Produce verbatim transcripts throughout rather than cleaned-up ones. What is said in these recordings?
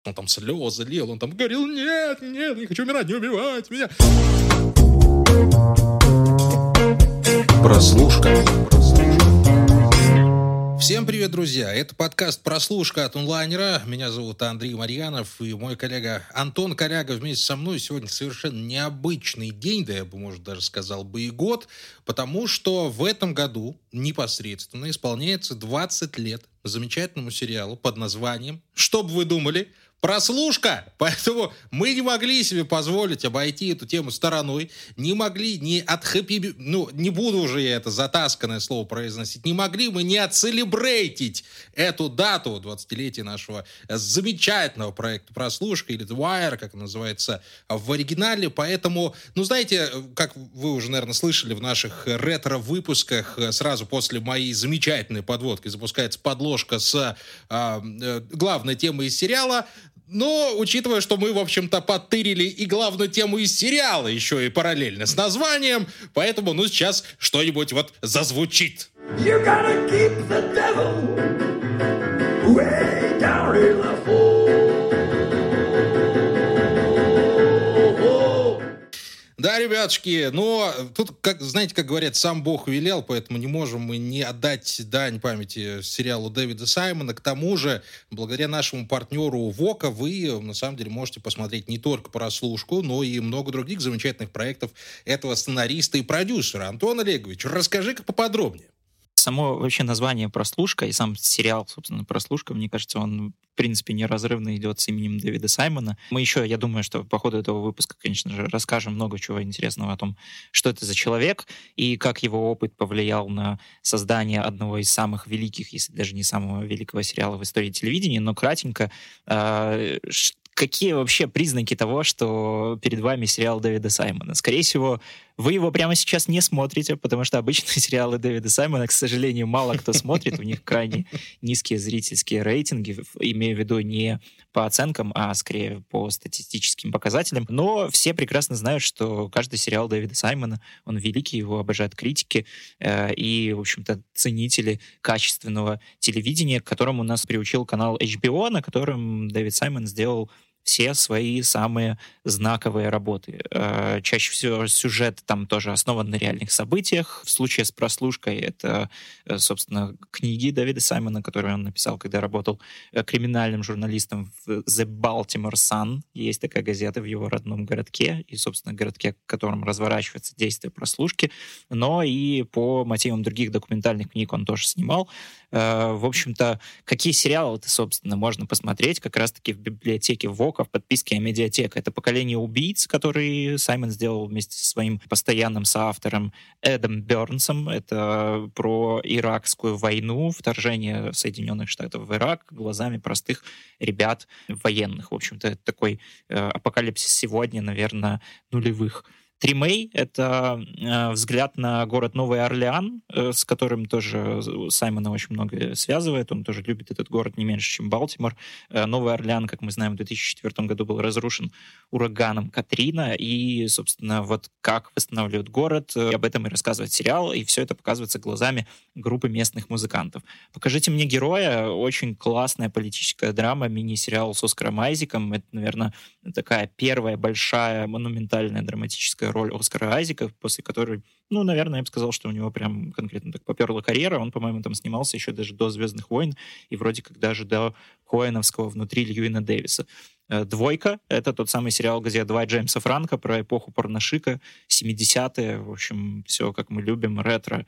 Он там слезы лил, он там говорил: нет, нет, не хочу умирать, не убивать меня. Прослушка. Всем привет, друзья! Это подкаст «Прослушка» от онлайнера. Меня зовут Андрей Марьянов, и мой коллега Антон Коряга вместе со мной. Сегодня совершенно необычный день, да я бы, может, даже сказал бы и год, потому что в этом году непосредственно исполняется двадцать лет замечательному сериалу под названием, что бы вы думали, «Прослушка». Поэтому мы не могли себе позволить обойти эту тему стороной, не могли не отхэпи... Ну, не буду уже я это затасканное слово произносить, не могли мы не отселебрейтить эту дату двадцатилетия нашего замечательного проекта «Прослушка», или The Wire, как он называется в оригинале. Поэтому, ну, знаете, как вы уже, наверное, слышали в наших ретро-выпусках, сразу после моей замечательной подводки запускается подложка с э, главной темой из сериала. Но, учитывая, что мы, в общем-то, подтырили и главную тему из сериала еще и параллельно с названием, поэтому, ну, сейчас что-нибудь вот зазвучит. You gotta keep the devil way down in the hole. Да, ребятушки, но тут, как, знаете, как говорят, сам Бог велел, поэтому не можем мы не отдать дань памяти сериалу Дэвида Саймона. К тому же, благодаря нашему партнеру Вока, вы, на самом деле, можете посмотреть не только «Прослушку», но и много других замечательных проектов этого сценариста и продюсера. Антон Олегович, расскажи-ка поподробнее. Само вообще название «Прослушка» и сам сериал, собственно, «Прослушка», мне кажется, он, в принципе, неразрывно идет с именем Дэвида Саймона. Мы еще, я думаю, что по ходу этого выпуска, конечно же, расскажем много чего интересного о том, что это за человек и как его опыт повлиял на создание одного из самых великих, если даже не самого великого сериала в истории телевидения. Но кратенько, э, какие вообще признаки того, что перед вами сериал Дэвида Саймона? Скорее всего, вы его прямо сейчас не смотрите, потому что обычные сериалы Дэвида Саймона, к сожалению, мало кто смотрит. У них крайне низкие зрительские рейтинги, имею в виду не по оценкам, а скорее по статистическим показателям. Но все прекрасно знают, что каждый сериал Дэвида Саймона, он великий, его обожают критики э, и, в общем-то, ценители качественного телевидения, к которому нас приучил канал эйч би о, на котором Дэвид Саймон сделал все свои самые знаковые работы. Э, чаще всего сюжет там тоже основан на реальных событиях. В случае с «Прослушкой» это, э, собственно, книги Дэвида Саймона, которые он написал, когда работал э, криминальным журналистом в The Baltimore Sun. Есть такая газета в его родном городке, и, собственно, городке, в котором разворачивается действие «Прослушки». Но и по мотивам других документальных книг он тоже снимал. Э, в общем-то, какие сериалы-то, собственно, можно посмотреть как раз-таки в библиотеке Вока, в подписке Медиатека. Это «Поколение убийц», который Саймон сделал вместе со своим постоянным соавтором Эдом Бернсом. Это про иракскую войну, вторжение Соединенных Штатов в Ирак глазами простых ребят военных. В общем-то, это такой э, апокалипсис сегодня, наверное, нулевых. Тримей — это э, взгляд на город Новый Орлеан, э, с которым тоже Саймона очень много связывает. Он тоже любит этот город не меньше, чем Балтимор. Э, Новый Орлеан, как мы знаем, в две тысячи четвёртом году был разрушен ураганом Катрина. И, собственно, вот как восстанавливают город, э, об этом и рассказывает сериал. И все это показывается глазами группы местных музыкантов. «Покажите мне героя» — очень классная политическая драма, мини-сериал с Оскаром Айзеком. Это, наверное, такая первая большая монументальная драматическая роль Оскара Айзека, после которой, ну, наверное, я бы сказал, что у него прям конкретно так поперла карьера. Он, по-моему, там снимался еще даже до «Звездных войн» и вроде как даже до коэновского «Внутри» Льюина Дэвиса. «Двойка» — это тот самый сериал, где два Джеймса Франко про эпоху порношика, семидесятые, в общем, все, как мы любим, ретро.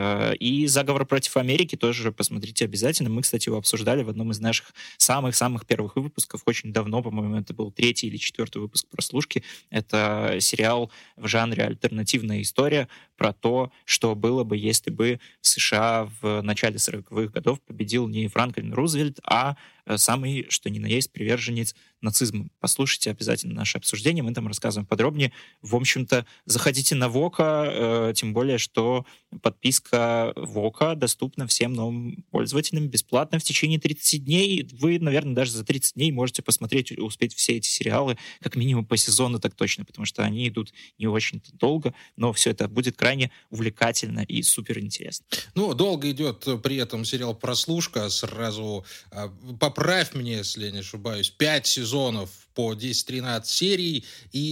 И «Заговор против Америки» тоже посмотрите обязательно. Мы, кстати, его обсуждали в одном из наших самых-самых первых выпусков, очень давно, по-моему, это был третий или четвертый выпуск «Прослушки». Это сериал в жанре альтернативная история про то, что было бы, если бы в США в начале сороковых годов победил не Франклин Рузвельт, а самый, что ни на есть, приверженец нацизма. Послушайте обязательно наше обсуждение, мы там рассказываем подробнее. В общем-то, заходите на Вока, э, тем более, что подписка Вока доступна всем новым пользователям бесплатно в течение тридцати дней. Вы, наверное, даже за тридцать дней можете посмотреть, успеть все эти сериалы, как минимум по сезону, так точно, потому что они идут не очень долго, но все это будет крайне увлекательно и супер интересно. Ну, долго идет при этом сериал «Прослушка». Сразу э, поправлю поправь меня, если я не ошибаюсь, пять сезонов по десять-тринадцать серий,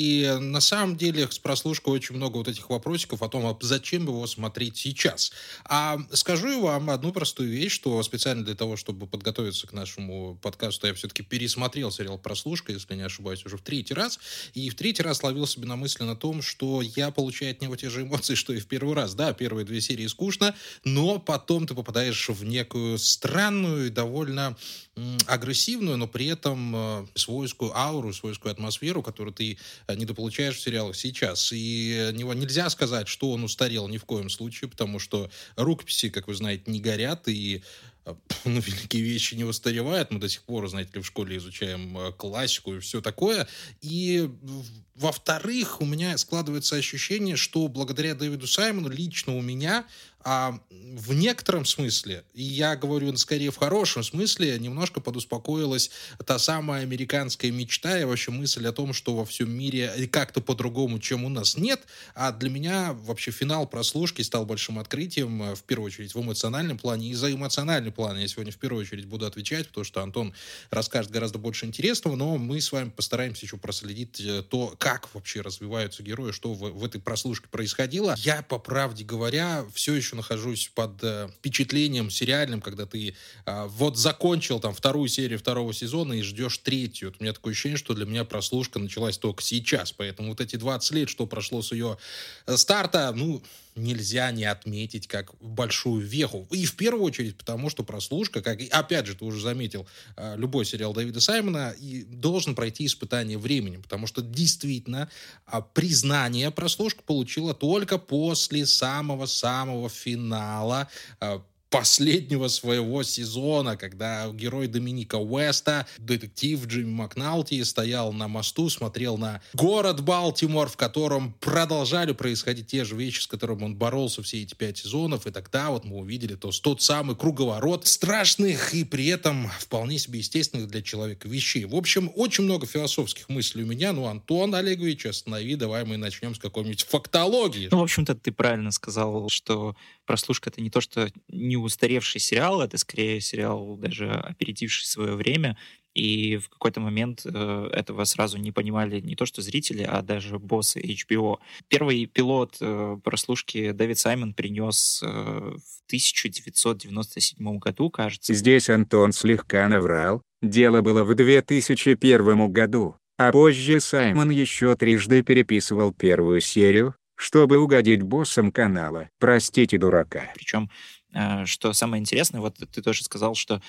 и на самом деле с прослушкой очень много вот этих вопросиков о том, а зачем его смотреть сейчас. А скажу вам одну простую вещь, что специально для того, чтобы подготовиться к нашему подкасту, я все-таки пересмотрел сериал «Прослушка», если не ошибаюсь, уже в третий раз, и в третий раз ловил себе на мысли на том, что я получаю от него те же эмоции, что и в первый раз. Да, первые две серии скучно, но потом ты попадаешь в некую странную и довольно м, агрессивную, но при этом э, свойскую ауру, свойскую атмосферу, которую ты э, недополучаешь в сериалах сейчас. И него нельзя сказать, что он устарел ни в коем случае, потому что рукописи, как вы знаете, не горят, и э, ну, великие вещи не устаревают. Мы до сих пор, знаете ли, в школе изучаем э, классику и все такое. И, во-вторых, у меня складывается ощущение, что благодаря Дэвиду Саймону лично у меня а в некотором смысле, и я говорю скорее в хорошем смысле, немножко подуспокоилась та самая американская мечта и вообще мысль о том, что во всем мире как-то по-другому, чем у нас, нет. А для меня вообще финал «Прослушки» стал большим открытием, в первую очередь в эмоциональном плане. И за эмоциональный план я сегодня в первую очередь буду отвечать, потому что Антон расскажет гораздо больше интересного, но мы с вами постараемся еще проследить то, как вообще развиваются герои, что в, в этой прослушке происходило. Я, по правде говоря, все еще нахожусь под э, впечатлением сериальным, когда ты э, вот закончил там вторую серию второго сезона и ждешь третью. Вот у меня такое ощущение, что для меня прослушка началась только сейчас. Поэтому вот эти двадцать лет, что прошло с ее старта, ну, нельзя не отметить как большую веху. И в первую очередь потому, что прослушка, как, опять же, ты уже заметил, любой сериал Дэвида Саймона и должен пройти испытание временем, потому что действительно признание прослушка получила только после самого-самого финала последнего своего сезона, когда герой Доминика Уэста, детектив Джимми Макналти, стоял на мосту, смотрел на город Балтимор, в котором продолжали происходить те же вещи, с которыми он боролся все эти пять сезонов, и тогда вот мы увидели то, тот самый круговорот страшных и при этом вполне себе естественных для человека вещей. В общем, очень много философских мыслей у меня. Ну, Антон Олегович, останови, давай мы начнем с какой-нибудь фактологии. Ну, в общем-то, ты правильно сказал, что «Прослушка» — это не то, что не устаревший сериал, это скорее сериал, даже опередивший свое время, и в какой-то момент э, этого сразу не понимали не то что зрители, а даже боссы эйч би о. Первый пилот э, «Прослушки» Дэвид Саймон принес э, в тысяча девятьсот девяносто седьмом году, кажется. Здесь Антон слегка наврал, дело было в две тысячи первом году, а позже Саймон еще трижды переписывал первую серию, чтобы угодить боссам канала. Простите, дурака. Причем, что самое интересное, вот ты тоже сказал, что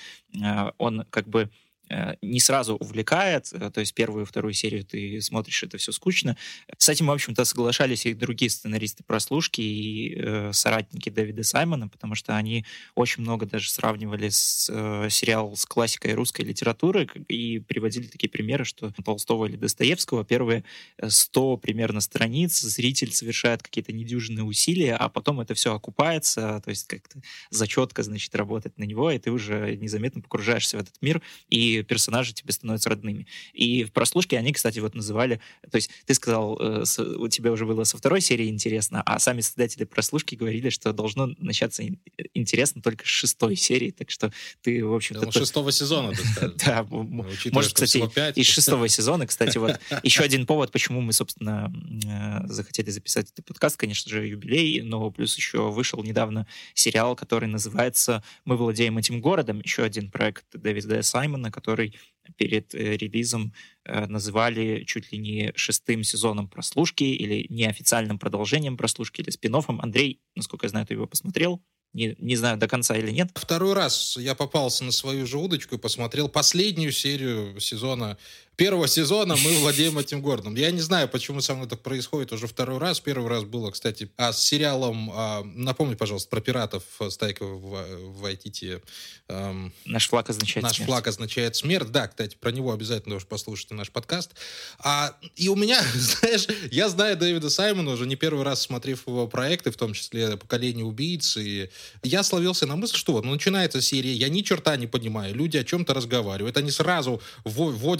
он как бы не сразу увлекает, то есть первую и вторую серию ты смотришь, это все скучно. С этим, в общем-то, соглашались и другие сценаристы «Прослушки», и э, соратники Дэвида Саймона, потому что они очень много даже сравнивали с, э, сериал с классикой русской литературы и приводили такие примеры, что Толстого или Достоевского первые сто примерно страниц зритель совершает какие-то недюжинные усилия, а потом это все окупается, то есть как-то зачетка, значит, работает на него, и ты уже незаметно погружаешься в этот мир, и персонажи тебе становятся родными. И в «Прослушке» они, кстати, вот называли... То есть ты сказал, э, с, у тебя уже было со второй серии интересно, а сами создатели «Прослушки» говорили, что должно начаться интересно только с шестой серии, так что ты, в общем-то... Да, шестого сезона, ты скажешь. Да, может, кстати, из шестого сезона, кстати, вот еще один повод, почему мы, собственно, захотели записать этот подкаст, конечно же, юбилей, но плюс еще вышел недавно сериал, который называется «Мы владеем этим городом», еще один проект Дэвида Саймона, который который перед э, релизом э, называли чуть ли не шестым сезоном «Прослушки» или неофициальным продолжением «Прослушки» или спин-оффом. Андрей, насколько я знаю, ты его посмотрел. Не, не знаю, до конца или нет. Второй раз я попался на свою же удочку и посмотрел последнюю серию сезона, первого сезона «Мы владеем этим городом». Я не знаю, почему со мной так происходит уже второй раз. Первый раз было, кстати, а с сериалом, а, напомни, пожалуйста, про пиратов Стайка в Вайтити. Эм, «Наш флаг означает наш смерть». «Наш флаг означает смерть». Да, кстати, про него обязательно уж послушайте наш подкаст. А, и у меня, знаешь, я знаю Дэвида Саймона уже не первый раз, смотрев его проекты, в том числе «Поколение убийц», и я словился на мысль, что вот ну, начинается серия, я ни черта не понимаю, люди о чем-то разговаривают, они сразу вводят меня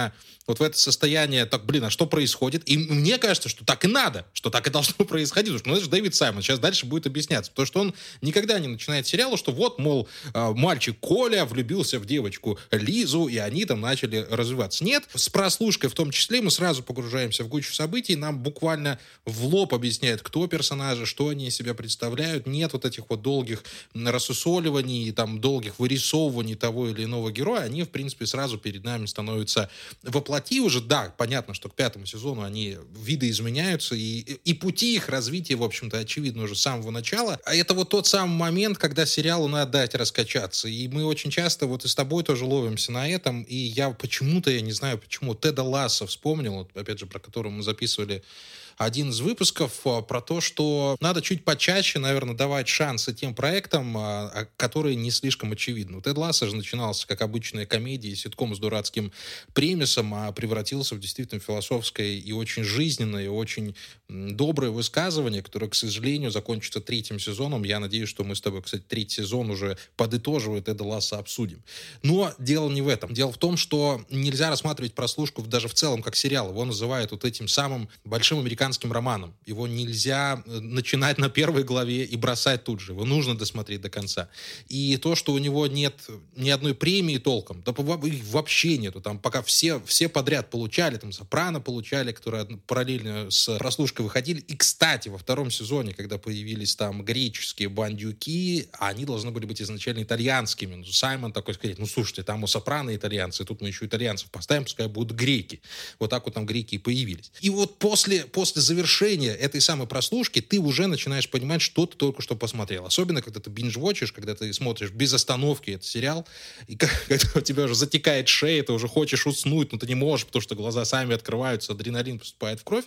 меня вот в это состояние, так, блин, а что происходит? И мне кажется, что так и надо, что так и должно происходить, потому что, ну, это же Дэвид Саймон, сейчас дальше будет объясняться, потому что он никогда не начинает сериал, что вот, мол, мальчик Коля влюбился в девочку Лизу, и они там начали развиваться. Нет, с прослушкой в том числе мы сразу погружаемся в гущу событий, нам буквально в лоб объясняют, кто персонажи, что они из себя представляют, нет вот этих вот долгих рассусоливаний, там, долгих вырисовываний того или иного героя, они, в принципе, сразу перед нами становятся воплоти уже, да, понятно, что к пятому сезону они видоизменяются, и, и пути их развития, в общем-то, очевидно уже с самого начала. А это вот тот самый момент, когда сериалу надо дать раскачаться. И мы очень часто вот и с тобой тоже ловимся на этом, и я почему-то, я не знаю почему, Теда Лассо вспомнил, вот, опять же, про которого мы записывали один из выпусков, про то, что надо чуть почаще, наверное, давать шансы тем проектам, которые не слишком очевидны. Вот Тед Лассо же начинался как обычная комедия, ситком с дурацким премисом, а превратился в действительно философское и очень жизненное, и очень доброе высказывание, которое, к сожалению, закончится третьим сезоном. Я надеюсь, что мы с тобой, кстати, третий сезон уже подытоживая Теда Лассо обсудим. Но дело не в этом. Дело в том, что нельзя рассматривать прослушку даже в целом как сериал. Его называют вот этим самым большим американским романом. Его нельзя начинать на первой главе и бросать тут же. Его нужно досмотреть до конца. И то, что у него нет ни одной премии толком, да их вообще нету. Там пока все, все подряд получали, там «Сопрано» получали, которые параллельно с прослушкой выходили. И, кстати, во втором сезоне, когда появились там греческие бандюки, они должны были быть изначально итальянскими. Ну, Саймон такой сказать, ну, слушайте, там у «Сопрано» итальянцы, тут мы еще итальянцев поставим, пускай будут греки. Вот так вот там греки и появились. И вот после, после завершения этой самой прослушки ты уже начинаешь понимать, что ты только что посмотрел. Особенно, когда ты биндж-вотчишь, когда ты смотришь без остановки этот сериал, и когда у тебя уже затекает шея, ты уже хочешь уснуть, но ты не можешь, потому что глаза сами открываются, адреналин поступает в кровь,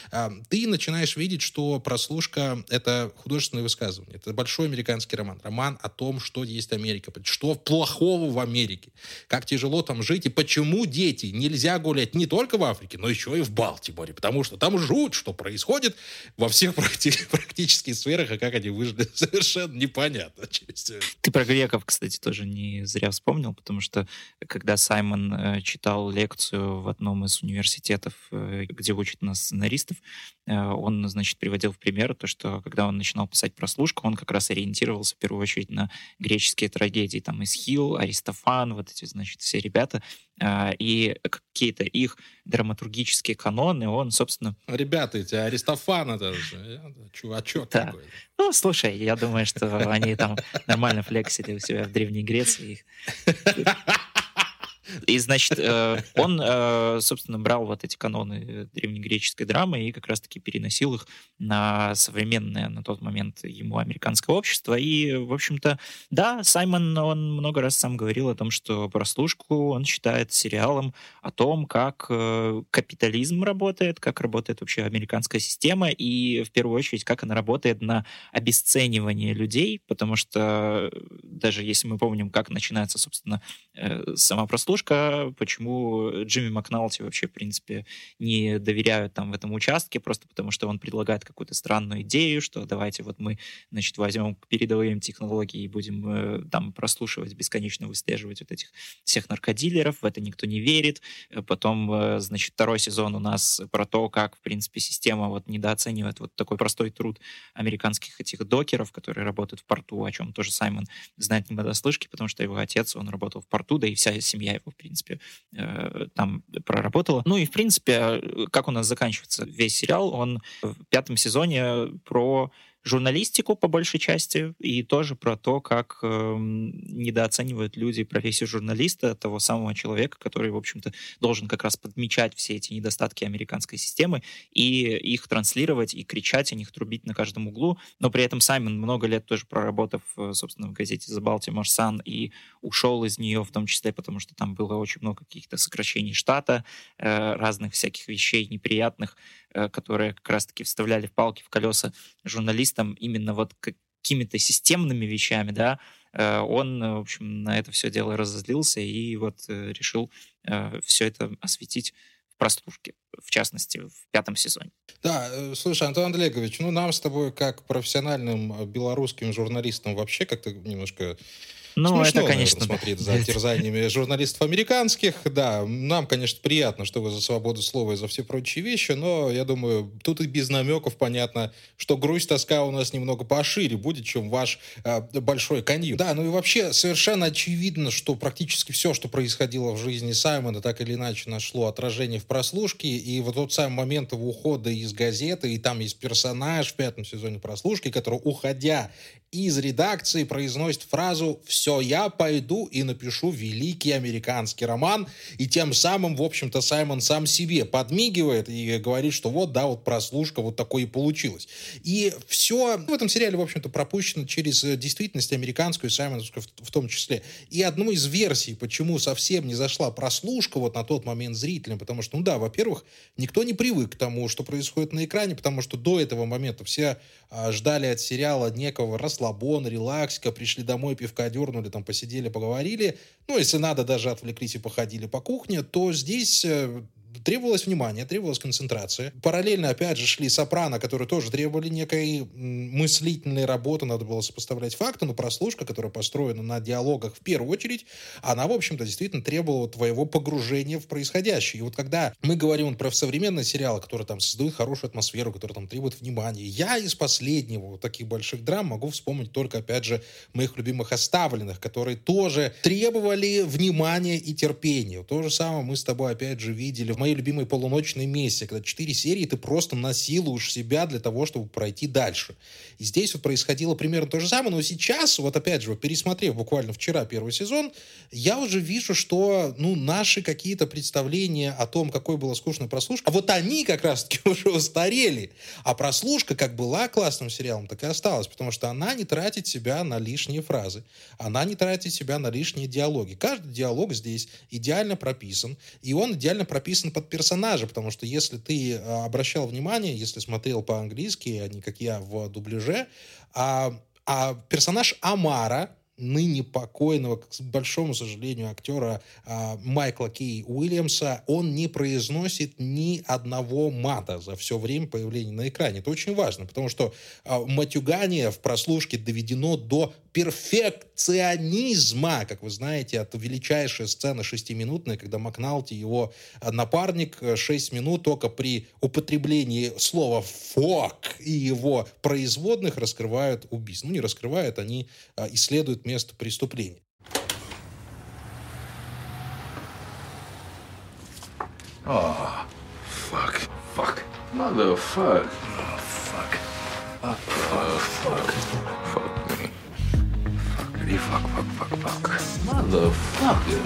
ты начинаешь видеть, что прослушка — это художественное высказывание. Это большой американский роман. Роман о том, что есть Америка, что плохого в Америке, как тяжело там жить, и почему дети нельзя гулять не только в Африке, но еще и в Балтиморе, потому что там жуть, что происходит во всех практи- практически сферах, а как они выжили, совершенно непонятно. Ты про греков, кстати, тоже не зря вспомнил, потому что когда Саймон э, читал лекцию в одном из университетов, э, где учат нас сценаристов, э, он, значит, приводил в пример то, что когда он начинал писать прослушку, он как раз ориентировался в первую очередь на греческие трагедии, там Эсхил, Аристофан, вот эти, значит, все ребята, э, и какие-то их драматургические каноны, он, собственно... Ребята эти, Аристофан, это же чувачок да. такой. Ну, слушай, я думаю, что они там нормально флексили у себя в Древней Греции. И, значит, он, собственно, брал вот эти каноны древнегреческой драмы и как раз-таки переносил их на современное на тот момент ему американское общество. И, в общем-то, да, Саймон, он много раз сам говорил о том, что прослушку он считает сериалом о том, как капитализм работает, как работает вообще американская система и, в первую очередь, как она работает на обесценивание людей, потому что даже если мы помним, как начинается, собственно, сама прослушка, почему Джимми Макналти вообще, в принципе, не доверяют там в этом участке, просто потому что он предлагает какую-то странную идею, что давайте вот мы, значит, возьмем передовые технологии и будем э, там прослушивать, бесконечно выслеживать вот этих всех наркодилеров, в это никто не верит. Потом, э, значит, второй сезон у нас про то, как, в принципе, система вот недооценивает вот такой простой труд американских этих докеров, которые работают в порту, о чем тоже Саймон знает не понаслышке, потому что его отец, он работал в порту, да и вся семья его, в принципе, э, там проработала. Ну и, в принципе, как у нас заканчивается весь сериал, он в пятом сезоне про журналистику по большей части и тоже про то, как э, недооценивают люди профессию журналиста, того самого человека, который, в общем-то, должен как раз подмечать все эти недостатки американской системы и их транслировать, и кричать о них, трубить на каждом углу. Но при этом Саймон, много лет тоже проработав, собственно, в газете The Baltimore Sun, и ушел из нее в том числе, потому что там было очень много каких-то сокращений штата, э, разных всяких вещей неприятных, э, которые как раз-таки вставляли в палки в колеса журналистам, именно вот какими-то системными вещами, да, он, в общем, на это все дело разозлился и вот решил все это осветить в прослушке, в частности, в пятом сезоне. Да, слушай, Антон Олегович, ну нам с тобой, как профессиональным белорусским журналистам, вообще как-то немножко Ну, Смешно, это, конечно, наверное, да. смотреть за терзаниями журналистов американских. Да, нам, конечно, приятно, что вы за свободу слова и за все прочие вещи, но, я думаю, тут и без намеков понятно, что грусть, тоска у нас немного пошире будет, чем ваш э, большой каньон. Да, ну и вообще совершенно очевидно, что практически все, что происходило в жизни Саймона, так или иначе нашло отражение в прослушке, и вот тот самый момент его ухода из газеты, и там есть персонаж в пятом сезоне прослушки, который, уходя из редакции, произносит фразу «Все, я пойду и напишу великий американский роман», и тем самым, в общем-то, Саймон сам себе подмигивает и говорит, что вот, да, вот прослушка, вот такое и получилось. И все в этом сериале, в общем-то, пропущено через действительность американскую, саймоновскую в том числе. И одну из версий, почему совсем не зашла прослушка вот на тот момент зрителям, потому что, ну да, во-первых, никто не привык к тому, что происходит на экране, потому что до этого момента все а, ждали от сериала некого расслабона, релаксика, пришли домой, пивка дернули, там посидели, поговорили. Ну, если надо, даже отвлеклись и походили по кухне, то здесь э, требовалось внимание, требовалась концентрация. Параллельно, опять же, шли «Сопрано», которые тоже требовали некой мыслительной работы, надо было сопоставлять факты, но прослушка, которая построена на диалогах в первую очередь, она, в общем-то, действительно требовала твоего погружения в происходящее. И вот когда мы говорим про современные сериалы, которые там создают хорошую атмосферу, которые там требуют внимания, я из последнего вот таких больших драм могу вспомнить только, опять же, моих любимых «Оставленных», которые тоже требовали внимания и терпения. То же самое мы с тобой, опять же, видели в моей любимой «Полуночной мессе», когда четыре серии ты просто насилуешь себя для того, чтобы пройти дальше. И здесь вот происходило примерно то же самое, но сейчас, вот опять же, пересмотрев буквально вчера первый сезон, я уже вижу, что, ну, наши какие-то представления о том, какой была скучная прослушка, а вот они как раз-таки уже устарели. А прослушка как была классным сериалом, так и осталась, потому что она не тратит себя на лишние фразы, она не тратит себя на лишние диалоги. Каждый диалог здесь идеально прописан, и он идеально прописан под персонажа, потому что если ты обращал внимание, если смотрел по-английски, а не как я в дубляже, а, а персонаж Амара, ныне покойного, к большому сожалению, актера а, Майкла Кей Уильямса, он не произносит ни одного мата за все время появления на экране. Это очень важно, потому что а, матюгание в прослушке доведено до перфекционизма, как вы знаете, это величайшая сцена шестиминутная, когда Макналти, его напарник, шесть минут только при употреблении слова «фок» и его производных раскрывают убийство. Ну, не раскрывают, они а, исследуют место преступления. Oh, fuck, fuck, motherfuck, oh, fuck, fuck, oh, fuck, fuck me, fuckity, fuck, fuck, fuck, fuck, motherfucker.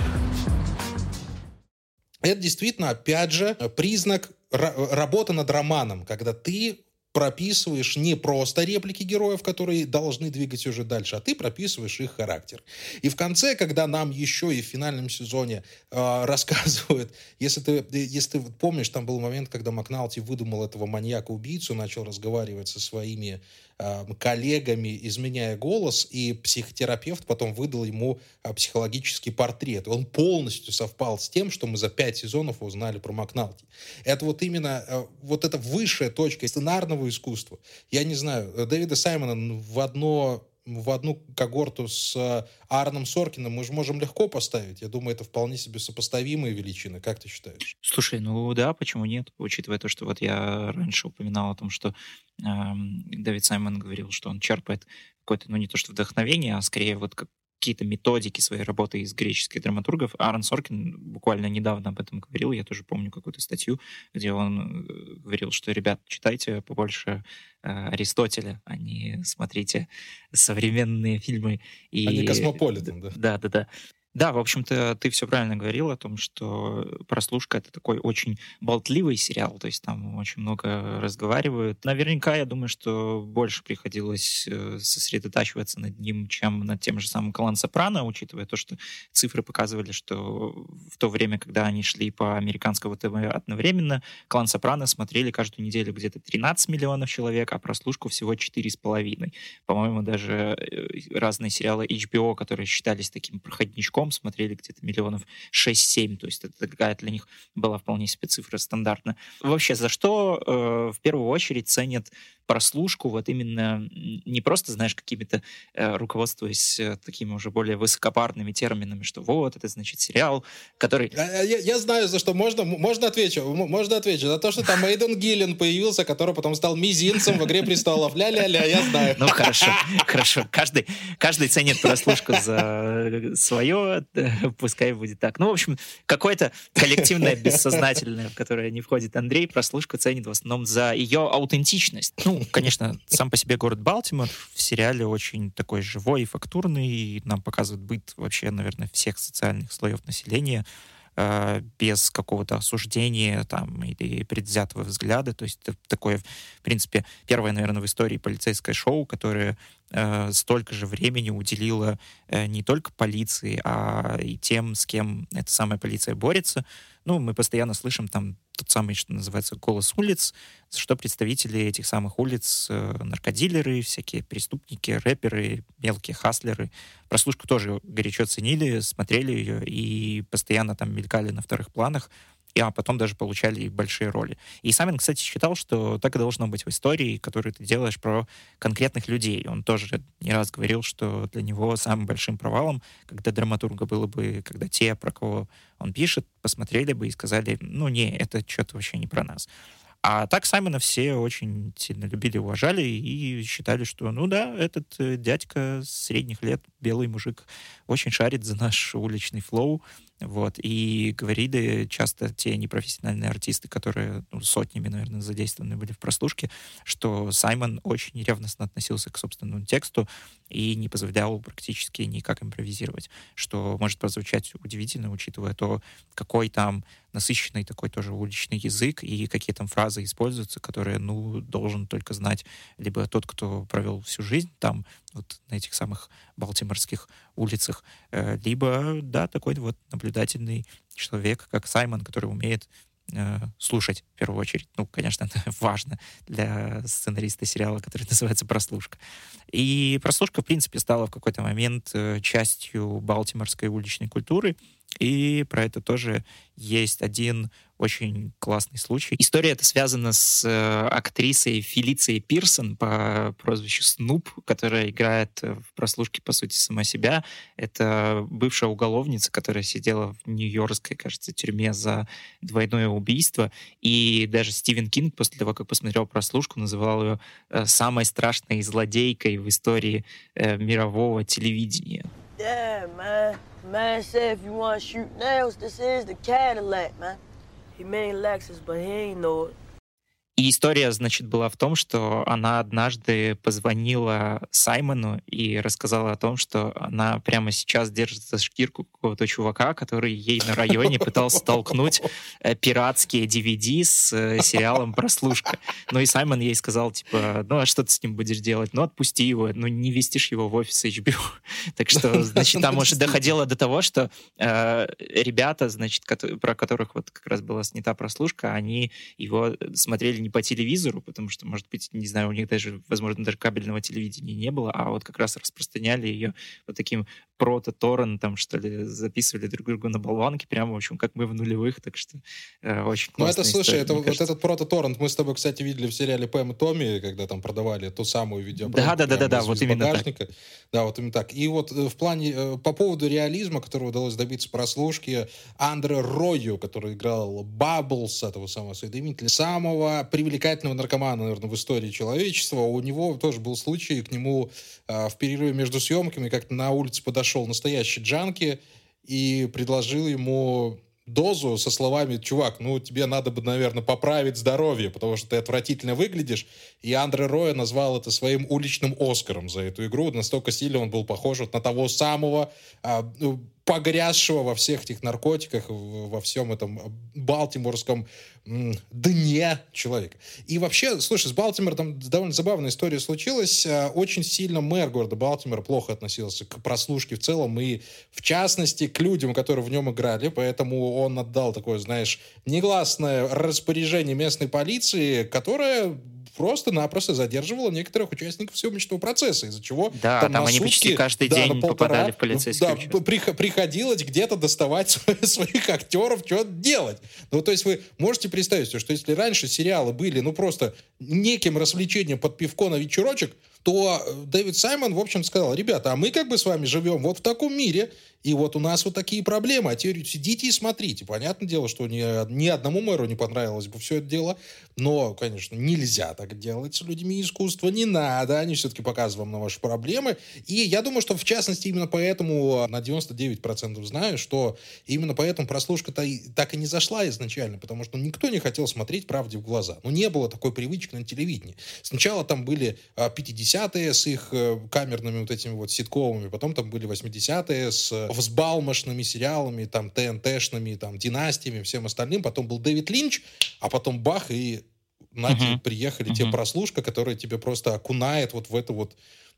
Это действительно, опять же, признак ра- работы над романом, когда ты прописываешь не просто реплики героев, которые должны двигать сюжет дальше, а ты прописываешь их характер. И в конце, когда нам еще и в финальном сезоне э, рассказывают, если ты, если ты помнишь, там был момент, когда Макналти выдумал этого маньяка-убийцу, начал разговаривать со своими э, коллегами, изменяя голос, и психотерапевт потом выдал ему э, психологический портрет. Он полностью совпал с тем, что мы за пять сезонов узнали про Макналти. Это вот именно э, вот эта высшая точка сценарного искусства. Я не знаю, Дэвида Саймона в одно... в одну когорту с Аароном Соркиным мы же можем легко поставить. Я думаю, это вполне себе сопоставимые величины. Как ты считаешь? Слушай, ну да, почему нет? Учитывая то, что вот я раньше упоминал о том, что эм, Дэвид Саймон говорил, что он черпает какое-то, ну не то что вдохновение, а скорее вот как какие-то методики своей работы из греческих драматургов. Аарон Соркин буквально недавно об этом говорил, я тоже помню какую-то статью, где он говорил, что, ребят, читайте побольше э, Аристотеля, а не смотрите современные фильмы. И... А не Космополитен, да? Да, да, да. Да, в общем-то, ты все правильно говорил о том, что «Прослушка» — это такой очень болтливый сериал, то есть там очень много разговаривают. Наверняка, я думаю, что больше приходилось сосредотачиваться над ним, чем над тем же самым «Клан Сопрано», учитывая то, что цифры показывали, что в то время, когда они шли по американскому ТВ одновременно, «Клан Сопрано» смотрели каждую неделю где-то тринадцать миллионов человек, а «Прослушку» всего четыре с половиной. По-моему, даже разные сериалы эйч би о, которые считались таким проходничком, вдвоем смотрели где-то миллионов шесть-семь, то есть это такая для них была вполне себе цифра стандартная. Вообще, за что э, в первую очередь ценят прослушку, вот именно не просто, знаешь, какими-то, э, руководствуясь э, такими уже более высокопарными терминами, что вот, это значит сериал, который... Я, я, я знаю, за что можно, можно отвечу, можно отвечу, за то, что там Эйден Гиллен появился, который потом стал мизинцем в «Игре престолов». Ля-ля-ля, я знаю. Ну, хорошо, хорошо. Каждый, каждый ценит прослушку за свое, пускай будет так. Ну, в общем, какое-то коллективное бессознательное, в которое не входит Андрей, прослушку ценит в основном за ее аутентичность. Ну, конечно, сам по себе город Балтимор в сериале очень такой живой и фактурный, и нам показывает быт вообще, наверное, всех социальных слоев населения, э, без какого-то осуждения там, или предвзятого взгляда. То есть это такое, в принципе, первое, наверное, в истории полицейское шоу, которое э, столько же времени уделило э, не только полиции, а и тем, с кем эта самая полиция борется. Ну, мы постоянно слышим там тот самый, что называется, голос улиц, что представители этих самых улиц, э, наркодилеры, всякие преступники, рэперы, мелкие хаслеры, прослушку тоже горячо ценили, смотрели ее и постоянно там мелькали на вторых планах, и, а потом даже получали большие роли. И Саймон, кстати, считал, что так и должно быть в истории, которую ты делаешь про конкретных людей. Он тоже не раз говорил, что для него самым большим провалом, когда драматурга было бы, когда те, про кого он пишет, посмотрели бы и сказали, ну не, это что-то вообще не про нас. А так Саймона все очень сильно любили, уважали и считали, что, ну да, этот э, дядька средних лет, белый мужик, очень шарит за наш уличный флоу. Вот, и говорили часто те непрофессиональные артисты, которые ну, сотнями, наверное, задействованы были в прослушке, что Саймон очень ревностно относился к собственному тексту и не позволял практически никак импровизировать, что может прозвучать удивительно, учитывая то, какой там насыщенный такой тоже уличный язык и какие там фразы используются, которые, ну, должен только знать либо тот, кто провел всю жизнь там, вот на этих самых балтиморских улицах, э, либо, да, такой вот наблюдательный человек, как Саймон, который умеет э, слушать в первую очередь. Ну, конечно, это важно для сценариста сериала, который называется «Прослушка». И прослушка, в принципе, стала в какой-то момент э, частью балтиморской уличной культуры, и про это тоже есть один очень классный случай. История эта связана с э, актрисой Фелицией Пирсон по прозвищу Снуп, которая играет в прослушке, по сути, сама себя. Это бывшая уголовница, которая сидела в нью-йоркской, кажется, тюрьме за двойное убийство. И даже Стивен Кинг после того, как посмотрел прослушку, называл ее э, самой страшной злодейкой в истории э, мирового телевидения. Yeah, man. Man said if you want to shoot nails, this is the Cadillac, man. He made Lexus, but he ain't know it. И история, значит, была в том, что она однажды позвонила Саймону и рассказала о том, что она прямо сейчас держит за шкирку какого-то чувака, который ей на районе пытался толкнуть пиратские ди ви ди с сериалом «Прослушка». Ну и Саймон ей сказал, типа, ну а что ты с ним будешь делать? Ну отпусти его, ну не вестишь его в офис эйч би о. Так что, значит, там уже доходило до того, что э, ребята, значит, про которых вот как раз была снята «Прослушка», они его смотрели не по телевизору, потому что, может быть, не знаю, у них даже, возможно, даже кабельного телевидения не было, а вот как раз распространяли ее вот таким прото-торрентом, что ли, записывали друг другу на болванке, прямо, в общем, как мы в нулевых, так что э, очень классная. Ну, это, слушай, история, это, вот кажется. этот прото-торрент мы с тобой, кстати, видели в сериале «Пэм и Томми», когда там продавали ту самую видеопрограмму. Да-да-да, вот именно так. Да, вот именно так. И вот в плане, по поводу реализма, которого удалось добиться прослушки, Андре Ройо, который играл Бабблс, этого самого соединителя, самого привлекательного наркомана, наверное, в истории человечества, у него тоже был случай, к нему э, в перерыве между съемками как-то на улице подошел настоящий джанки и предложил ему дозу со словами: чувак, ну тебе надо бы, наверное, поправить здоровье, потому что ты отвратительно выглядишь. И Андре Ройо назвал это своим уличным Оскаром за эту игру. Настолько сильно он был похож вот на того самого а, погрязшего во всех этих наркотиках, во всем этом балтиморском м, дне человека. И вообще, слушай, с Балтимором там довольно забавная история случилась. Очень сильно мэр города Балтимор плохо относился к прослушке в целом и, в частности, к людям, которые в нем играли. Поэтому он отдал такое, знаешь, негласное распоряжение местной полиции, которое просто-напросто задерживала некоторых участников съемочного процесса, из-за чего да, там, там на они сутки, почти каждый да, день попадали в полицейский да, участок. Приходилось где-то доставать своих актеров, что-то делать. Ну, то есть вы можете представить, что если раньше сериалы были, ну, просто неким развлечением под пивко на вечерочек, то Дэвид Саймон, в общем, сказал: ребята, а мы как бы с вами живем вот в таком мире, и вот у нас вот такие проблемы, а теперь сидите и смотрите. Понятное дело, что ни, ни одному мэру не понравилось бы все это дело, но, конечно, нельзя так делать с людьми искусства, не надо, они все-таки показывают нам ваши проблемы. И я думаю, что, в частности, именно поэтому на девяносто девять процентов знаю, что именно поэтому прослушка-то и, так и не зашла изначально, потому что никто не хотел смотреть правде в глаза. Ну, не было такой привычки на телевидении. Сначала там были пятидесятые с их камерными вот этими вот ситкомами, потом там были восьмидесятые с взбалмошными сериалами, там, ТНТшными, там, династиями, всем остальным. Потом был Дэвид Линч, а потом бах, и на тебе uh-huh. приехали uh-huh. те прослушка, которая тебе просто окунает вот в это вот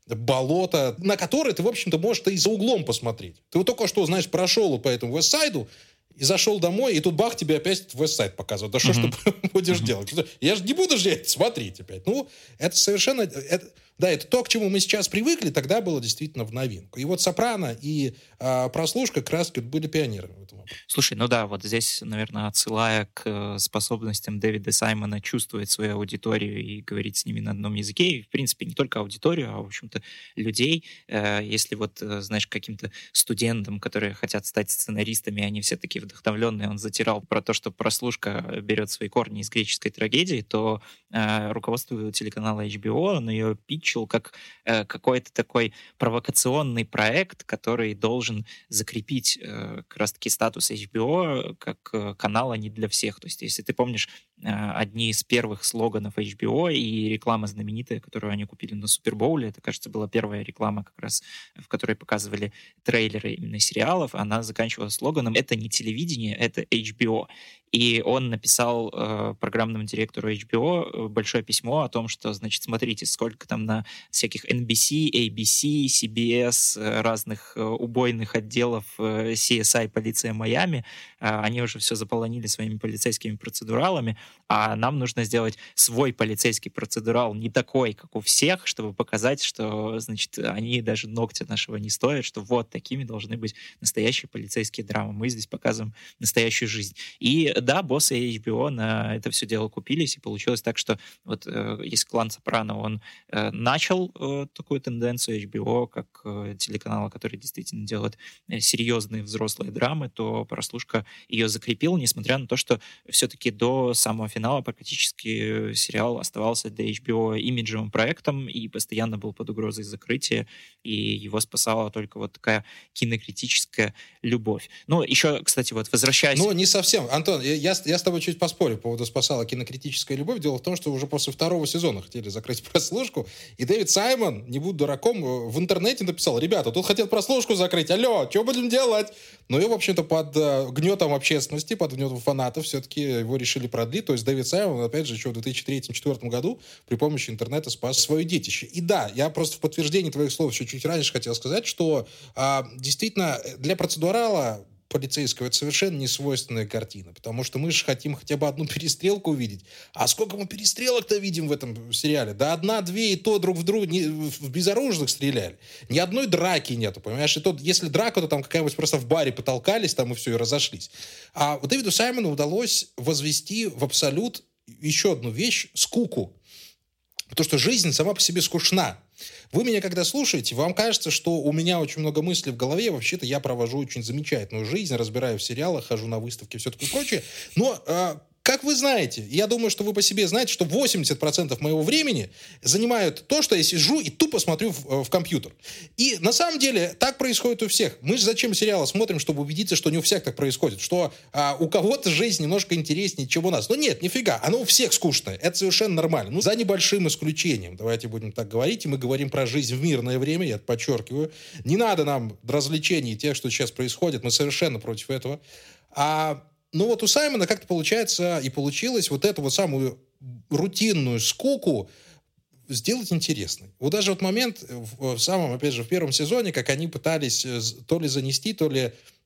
болото, на которое ты, в общем-то, можешь и за углом посмотреть. Ты вот только что, знаешь, прошел по этому Вестсайду, и зашел домой, и тут бах, тебе опять Вестсайд показывают. Да что uh-huh. ж ты будешь uh-huh. делать? Я же не буду же это смотреть опять. Ну, это совершенно... Это, да, это то, к чему мы сейчас привыкли, тогда было действительно в новинку. И вот «Сопрано» и э, «Прослушка» как раз были пионерами в этом вопросе. Слушай, ну да, вот здесь, наверное, отсылая к способностям Дэвида Саймона чувствовать свою аудиторию и говорить с ними на одном языке, и, в принципе, не только аудиторию, а, в общем-то, людей. Э, если вот, знаешь, каким-то студентам, которые хотят стать сценаристами, они все такие вдохновленные, он затирал про то, что «Прослушка» берет свои корни из греческой трагедии, то э, руководство телеканала эйч би о, он ее питчил как э, какой-то такой провокационный проект, который должен закрепить э, как раз-таки статус эйч би о как э, канала не для всех. То есть, если ты помнишь, э, одни из первых слоганов эйч би о и реклама знаменитая, которую они купили на Супербоуле, это, кажется, была первая реклама, как раз в которой показывали трейлеры именно сериалов, она заканчивалась слоганом «Это не телевидение, это эйч би о». И он написал э, программному директору эйч би о большое письмо о том, что, значит, смотрите, сколько там на всяких эн би си, эй би си, си би эс, разных э, убойных отделов э, си эс ай, полиция Майами, э, они уже все заполонили своими полицейскими процедуралами, а нам нужно сделать свой полицейский процедурал, не такой, как у всех, чтобы показать, что, значит, они даже ногтя нашего не стоят, что вот такими должны быть настоящие полицейские драмы. Мы здесь показываем настоящую жизнь. И да, боссы эйч би о на это все дело купились, и получилось так, что вот э, есть клан Сопрано, он э, начал э, такую тенденцию эйч би о как э, телеканала, который действительно делает э, серьезные взрослые драмы, то Прослушка ее закрепил, несмотря на то, что все-таки до самого финала практически сериал оставался для эйч би о имиджевым проектом и постоянно был под угрозой закрытия, и его спасала только вот такая кинокритическая любовь. Ну, еще, кстати, вот возвращаясь... Ну, не совсем. Антон, я, я с тобой чуть поспорю по поводу «Спасала кинокритическая любовь». Дело в том, что уже после второго сезона хотели закрыть «Прослушку», и Дэвид Саймон, не будь дураком, в интернете написал: ребята, тут хотят «Прослушку» закрыть, алло, что будем делать? Ну и, в общем-то, под э, гнетом общественности, под гнетом фанатов все-таки его решили продлить. То есть Дэвид Саймон, опять же, еще в две тысячи третьем — две тысячи четвёртом году при помощи интернета спас свое детище. И да, я просто в подтверждение твоих слов еще чуть раньше хотел сказать, что э, действительно для процедурала полицейского это совершенно не свойственная картина, потому что мы же хотим хотя бы одну перестрелку увидеть. А сколько мы перестрелок-то видим в этом сериале? Да одна-две, и то друг в друга не, в безоружных стреляли. Ни одной драки нету, понимаешь? И то, если драка, то там какая-нибудь просто в баре потолкались, там и все, и разошлись. А вот Дэвиду Саймону удалось возвести в абсолют еще одну вещь — скуку. Потому что жизнь сама по себе скучна. Вы меня когда слушаете, вам кажется, что у меня очень много мыслей в голове, вообще-то я провожу очень замечательную жизнь, разбираю в сериалах, хожу на выставки, все такое прочее. Но, э, как вы знаете, я думаю, что вы по себе знаете, что восемьдесят процентов моего времени занимают то, что я сижу и тупо смотрю в, в компьютер. И на самом деле так происходит у всех. Мы же зачем сериалы смотрим, чтобы убедиться, что не у всех так происходит, что э, у кого-то жизнь немножко интереснее, чем у нас. Но нет, нифига, оно у всех скучное. Это совершенно нормально. Ну, за небольшим исключением, давайте будем так говорить, и мы говорим про жизнь в мирное время, я это подчеркиваю. Не надо нам развлечений тех, что сейчас происходит, мы совершенно против этого. А Ну вот у Саймона как-то получается и получилось вот эту вот самую рутинную скуку сделать интересной. Вот даже вот момент в самом, опять же, в первом сезоне, как они пытались то ли занести, то ли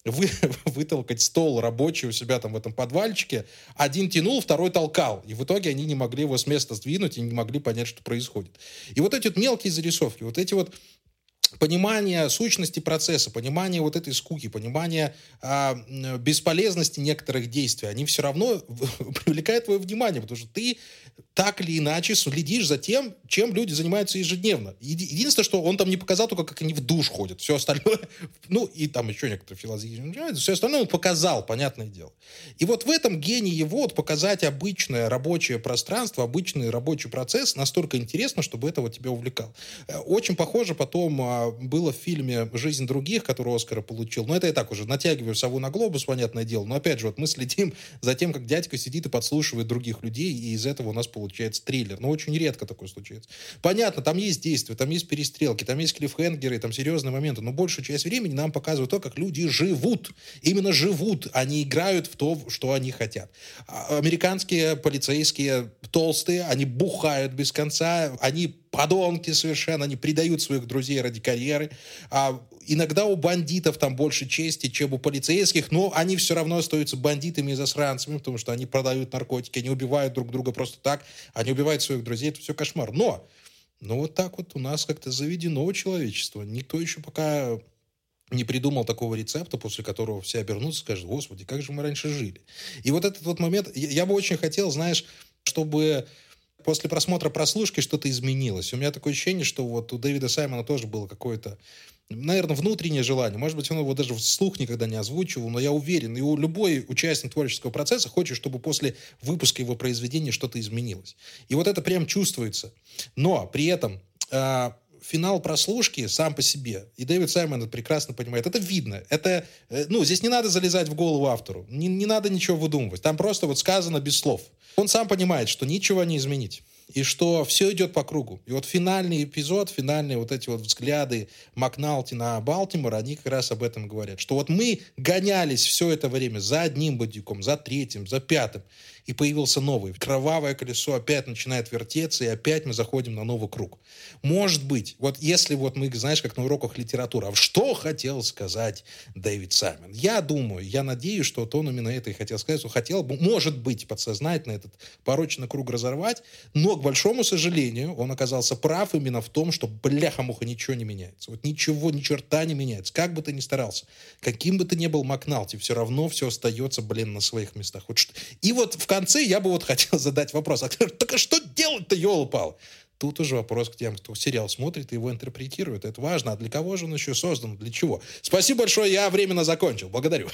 вы, вытолкать стол рабочий у себя там в этом подвальчике. Один тянул, второй толкал. И в итоге они не могли его с места сдвинуть и не могли понять, что происходит. И вот эти вот мелкие зарисовки, вот эти вот понимание сущности процесса, понимание вот этой скуки, понимание а, бесполезности некоторых действий, они все равно привлекают твое внимание, потому что ты так или иначе следишь за тем, чем люди занимаются ежедневно. Еди- единственное, что он там не показал только, как они в душ ходят. Все остальное, ну, и там еще некоторые философии, все остальное он показал, понятное дело. И вот в этом гений его, вот показать обычное рабочее пространство, обычный рабочий процесс настолько интересно, чтобы это вот тебя увлекало. Очень похоже потом а, было в фильме «Жизнь других», который Оскара получил. Но это я так уже натягиваю сову на глобус, понятное дело. Но опять же, вот мы следим за тем, как дядька сидит и подслушивает других людей, и из этого у нас получается триллер. Но очень редко такое случается. Понятно, там есть действия, там есть перестрелки, там есть клиффхенгеры, там серьезные моменты, но большую часть времени нам показывают то, как люди живут. Именно живут, они играют в то, что они хотят. Американские полицейские толстые, они бухают без конца, они подонки совершенно, они предают своих друзей ради карьеры. А иногда у бандитов там больше чести, чем у полицейских, но они все равно остаются бандитами и засранцами, потому что они продают наркотики, они убивают друг друга просто так, они убивают своих друзей, это все кошмар. Но, ну вот так вот у нас как-то заведено человечество. Никто еще пока не придумал такого рецепта, после которого все обернутся и скажут: господи, как же мы раньше жили. И вот этот вот момент, я, я бы очень хотел, знаешь, чтобы после просмотра прослушки что-то изменилось. У меня такое ощущение, что вот у Дэвида Саймона тоже было какое-то, наверное, внутреннее желание. Может быть, он его даже вслух никогда не озвучивал, но я уверен, и у любой участник творческого процесса хочет, чтобы после выпуска его произведения что-то изменилось. И вот это прям чувствуется. Но при этом э, финал прослушки сам по себе, и Дэвид Саймон это прекрасно понимает, это видно. Это, э, ну, здесь не надо залезать в голову автору, не, не надо ничего выдумывать. Там просто вот сказано без слов. Он сам понимает, что ничего не изменить. И что все идет по кругу. И вот финальный эпизод, финальные вот эти вот взгляды Макналти на Балтимор, они как раз об этом говорят. Что вот мы гонялись все это время за одним бандюком, за третьим, за пятым. И появился новый. Кровавое колесо опять начинает вертеться, и опять мы заходим на новый круг. Может быть, вот если вот мы, знаешь, как на уроках литературы, а что хотел сказать Дэвид Саймон? Я думаю, я надеюсь, что вот он именно это и хотел сказать. Он хотел, может быть, подсознательно этот порочный круг разорвать, но, к большому сожалению, он оказался прав именно в том, что, бляха-муха, ничего не меняется. Вот ничего, ни черта не меняется. Как бы ты ни старался, каким бы ты ни был Макналти, все равно все остается, блин, на своих местах. Вот что... И вот в конце я бы вот хотел задать вопрос. А, так а что делать-то, ёлы-палы? Тут уже вопрос к тем, кто сериал смотрит и его интерпретирует. Это важно. А для кого же он еще создан? Для чего? Спасибо большое, я временно закончил. Благодарю.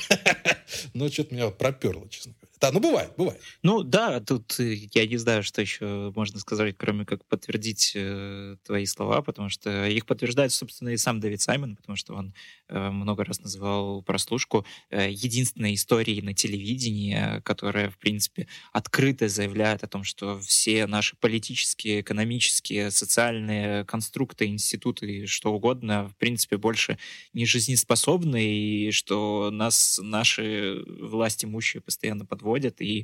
Ну, что-то меня проперло, честно говоря. Да, ну бывает, бывает. Ну да, тут я не знаю, что еще можно сказать, кроме как подтвердить э, твои слова, потому что их подтверждает, собственно, и сам Дэвид Саймон, потому что он э, много раз называл прослушку э, единственной историей на телевидении, которая, в принципе, открыто заявляет о том, что все наши политические, экономические, социальные конструкты, институты, что угодно, в принципе, больше не жизнеспособны, и что нас наши власть имущие постоянно подводят. И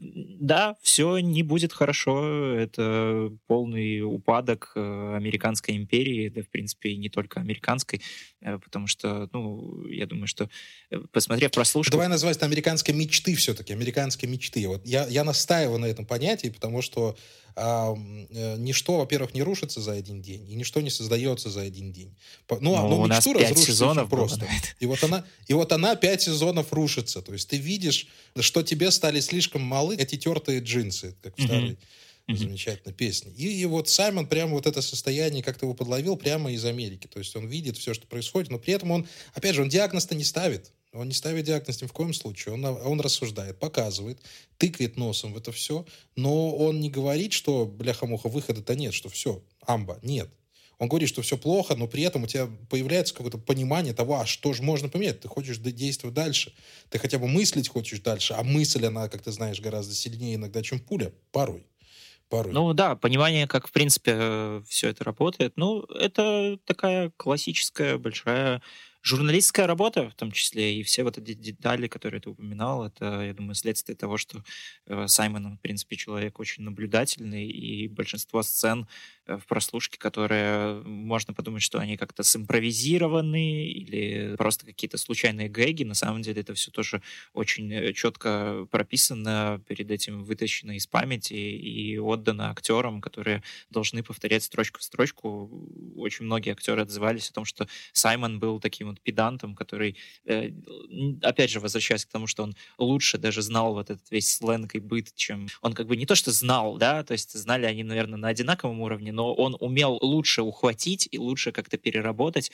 да, все не будет хорошо. Это полный упадок американской империи, да, в принципе, и не только американской, потому что, ну, я думаю, что, посмотрев прослушку... Давай назвать это американской мечты все-таки, американской мечты. Вот я, я настаиваю на этом понятии, потому что а, ничто, во-первых, не рушится за один день, и ничто не создается за один день. Ну, ну, ну мечту разрушить очень просто. И вот, она, и вот она пять сезонов рушится. То есть ты видишь, что тебе стали слишком малы эти тертые джинсы, как в старой mm-hmm. замечательной песне. И, и вот Саймон прямо вот это состояние как-то его подловил прямо из Америки. То есть он видит все, что происходит, но при этом он, опять же, он диагноз-то не ставит. Он не ставит диагноз ни в коем случае. Он, он рассуждает, показывает, тыкает носом в это все, но он не говорит, что, бляха-муха, выхода-то нет, что все, амба, нет. Он говорит, что все плохо, но при этом у тебя появляется какое-то понимание того, а что же можно поменять. Ты хочешь действовать дальше. Ты хотя бы мыслить хочешь дальше, а мысль, она, как ты знаешь, гораздо сильнее иногда, чем пуля. Порой. Порой. Ну да, понимание, как, в принципе, все это работает. Ну, это такая классическая, большая журналистская работа, в том числе, и все вот эти детали, которые ты упоминал, это, я думаю, следствие того, что э, Саймон, в принципе, человек очень наблюдательный, и большинство сцен в прослушке, которые можно подумать, что они как-то симпровизированы или просто какие-то случайные гэги. На самом деле это все тоже очень четко прописано, перед этим вытащено из памяти и отдано актерам, которые должны повторять строчку в строчку. Очень многие актеры отзывались о том, что Саймон был таким вот педантом, который, э, опять же, возвращаясь к тому, что он лучше даже знал вот этот весь сленг и быт, чем он как бы не то что знал, да, то есть знали они, наверное, на одинаковом уровне, но он умел лучше ухватить и лучше как-то переработать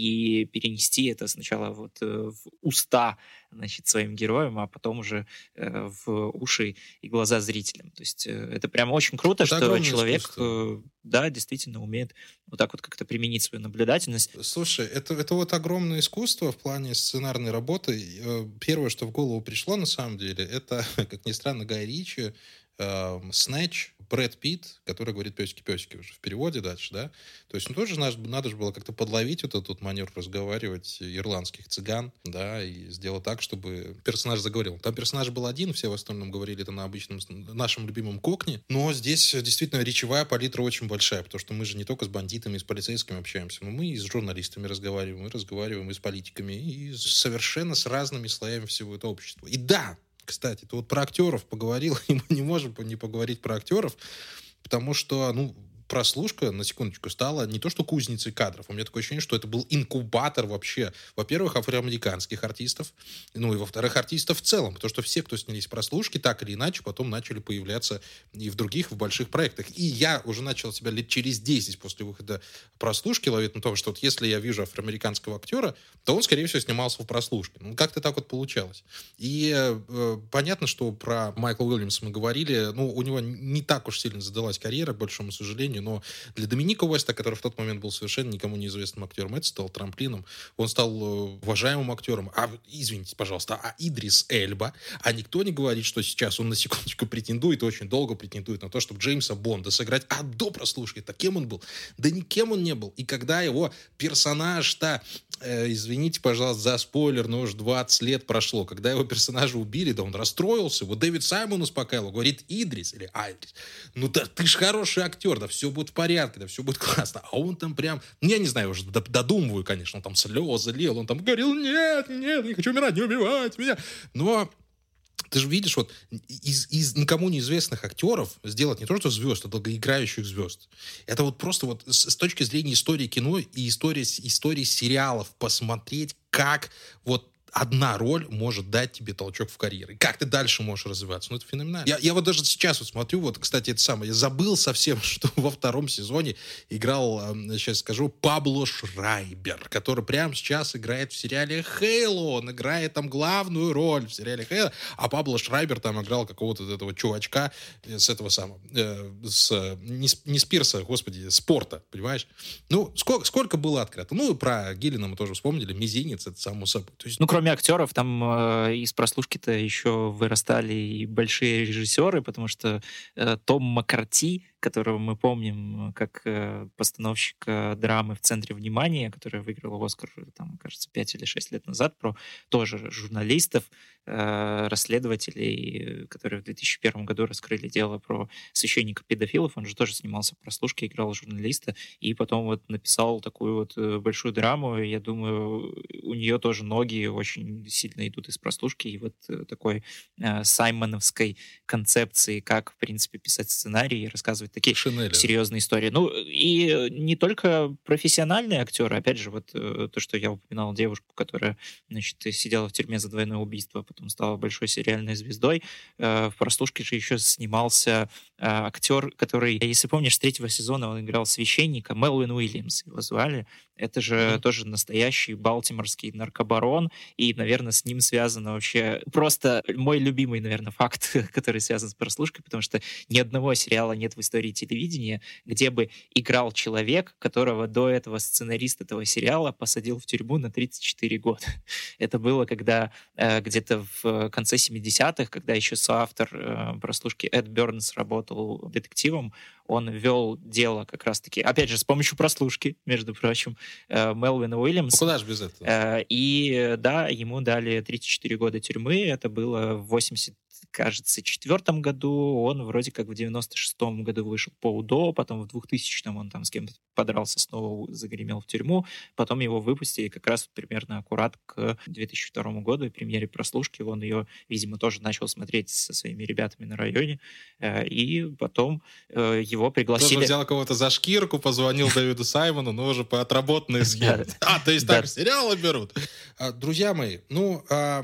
и перенести это сначала вот э, в уста, значит, своим героям, а потом уже э, в уши и глаза зрителям. То есть э, это прям очень круто, Это что огромное человек, искусство. э, да, действительно умеет вот так вот как-то применить свою наблюдательность. Слушай, это, это вот огромное искусство в плане сценарной работы. Э, Первое, что в голову пришло, на самом деле, это, как ни странно, Гай Ричи, э, Снэч, Брэд Питт, который говорит «песики-песики» уже в переводе дальше, да? То есть, ну, тоже надо, надо же было как-то подловить вот этот вот манер разговаривать ирландских цыган, да, и сделать так, чтобы персонаж заговорил. Там персонаж был один, все в остальном говорили это на обычном, нашем любимом кокне, но здесь действительно речевая палитра очень большая, потому что мы же не только с бандитами и с полицейскими общаемся, но мы и с журналистами разговариваем, мы разговариваем и с политиками, и совершенно с разными слоями всего этого общества. И да, кстати, ты вот про актеров поговорил, и мы не можем не поговорить про актеров, потому что, ну, прослушка, на секундочку, стала не то что кузницей кадров, у меня такое ощущение, что это был инкубатор вообще, во-первых, афроамериканских артистов, ну и во-вторых, артистов в целом, потому что все, кто снялись в прослушке, так или иначе потом начали появляться и в других, в больших проектах. И я уже начал себя лет через десять после выхода прослушки ловить на том, что вот если я вижу афроамериканского актера, то он, скорее всего, снимался в прослушке. Ну, как-то так вот получалось. И э, понятно, что про Майкла Уильямса мы говорили, ну, у него не так уж сильно задалась карьера, к большому сожалению, но для Доминика Уэста, который в тот момент был совершенно никому неизвестным актером, это стал трамплином. Он стал уважаемым актером. А, извините, пожалуйста, а Идрис Эльба, а никто не говорит, что сейчас он на секундочку претендует, очень долго претендует на то, чтобы Джеймса Бонда сыграть. А до прослушки-то кем он был? Да никем он не был. И когда его персонаж-то, э, извините, пожалуйста, за спойлер, но уж двадцать лет прошло, когда его персонажа убили, да он расстроился. Вот Дэвид Саймон успокаивал, говорит, Идрис или Айдрис, ну да ты ж хороший актер, да все будет в порядке, да все будет классно. А он там прям, ну я не знаю, уже додумываю, конечно, он там слезы лил, он там говорил, нет, нет, не хочу умирать, не убивайте меня. Но ты же видишь, вот из, из никому неизвестных актеров сделать не то что звезд, а долгоиграющих звезд. Это вот просто вот с, с точки зрения истории кино и истории, истории сериалов посмотреть, как вот одна роль может дать тебе толчок в карьере. Как ты дальше можешь развиваться? Ну, это феноменально. Я, я вот даже сейчас вот смотрю, вот, кстати, это самое, я забыл совсем, что во втором сезоне играл, сейчас скажу, Пабло Шрайбер, который прямо сейчас играет в сериале «Хейло». Он играет там главную роль в сериале «Хейло», а Пабло Шрайбер там играл какого-то этого чувачка с этого самого, э, с, не, не с Пирса, господи, спорта, понимаешь? Ну, сколько, сколько было открыто? Ну, и про Гиллина мы тоже вспомнили, мизинец, это само собой. То есть, ну, кроме актеров, там э, из прослушки-то еще вырастали и большие режиссеры, потому что э, Том Маккарти, которого мы помним как э, постановщика драмы «В центре внимания», который выиграл Оскар, там, кажется, пять или шесть лет назад, про тоже журналистов, э, расследователей, которые в две тысячи первом году раскрыли дело про священника-педофилов. Он же тоже снимался в прослушке, играл журналиста, и потом вот написал такую вот большую драму. Я думаю, у нее тоже ноги очень сильно идут из прослушки, и вот такой э, саймоновской концепции, как, в принципе, писать сценарий и рассказывать такие Шинели. серьезные истории. Ну, и не только профессиональные актеры, опять же, вот э, то, что я упоминал, девушку, которая, значит, сидела в тюрьме за двойное убийство, потом стала большой сериальной звездой. Э, в прослушке же еще снимался э, актер, который, если помнишь, с третьего сезона он играл священника, Мелвин Уильямс его звали. Это же mm-hmm. тоже настоящий балтиморский наркобарон, и, наверное, с ним связано вообще просто мой любимый, наверное, факт, который связан с прослушкой, потому что ни одного сериала нет в истории телевидения, где бы играл человек, которого до этого сценарист этого сериала посадил в тюрьму на тридцать четыре года. Это было когда э, где-то в конце семидесятых, когда еще соавтор э, прослушки Эд Бернс работал детективом, он вел дело как раз-таки, опять же, с помощью прослушки, между прочим, э, Мелвина Уильямса. Ну, куда же без этого? Э, и, да, ему дали тридцать четыре года тюрьмы. Это было в восемьдесят кажется, четвертом году, он вроде как в девяносто шестом году вышел по УДО, потом в двухтысячном он там с кем-то подрался, снова загремел в тюрьму, потом его выпустили как раз примерно аккурат к две тысячи второму году и премьере «Прослушки». Он ее, видимо, тоже начал смотреть со своими ребятами на районе, и потом его пригласили... Тоже взял кого-то за шкирку, позвонил Дэвиду Саймону, но уже по отработанной схеме. А, то есть так сериалы берут. Друзья мои, ну...